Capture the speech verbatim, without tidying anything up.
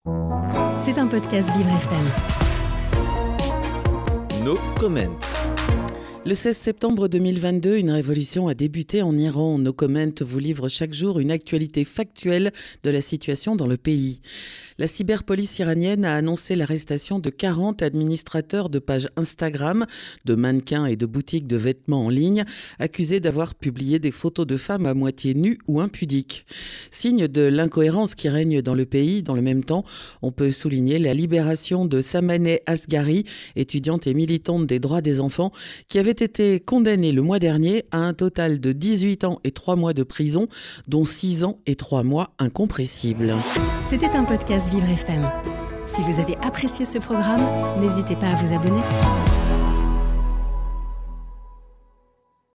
C'est un podcast Vivre F M. No comment. Le seize septembre deux mille vingt-deux, une révolution a débuté en Iran. No comment vous livre chaque jour une actualité factuelle de la situation dans le pays. La cyberpolice iranienne a annoncé l'arrestation de quarante administrateurs de pages Instagram, de mannequins et de boutiques de vêtements en ligne, accusés d'avoir publié des photos de femmes à moitié nues ou impudiques. Signe de l'incohérence qui règne dans le pays, dans le même temps, on peut souligner la libération de Samaneh Asghari, étudiante et militante des droits des enfants, qui avait été condamnée le mois dernier à un total de dix-huit ans et trois mois de prison, dont six ans et trois mois incompressibles. C'était un podcast Vivre F M. Si vous avez apprécié ce programme, n'hésitez pas à vous abonner.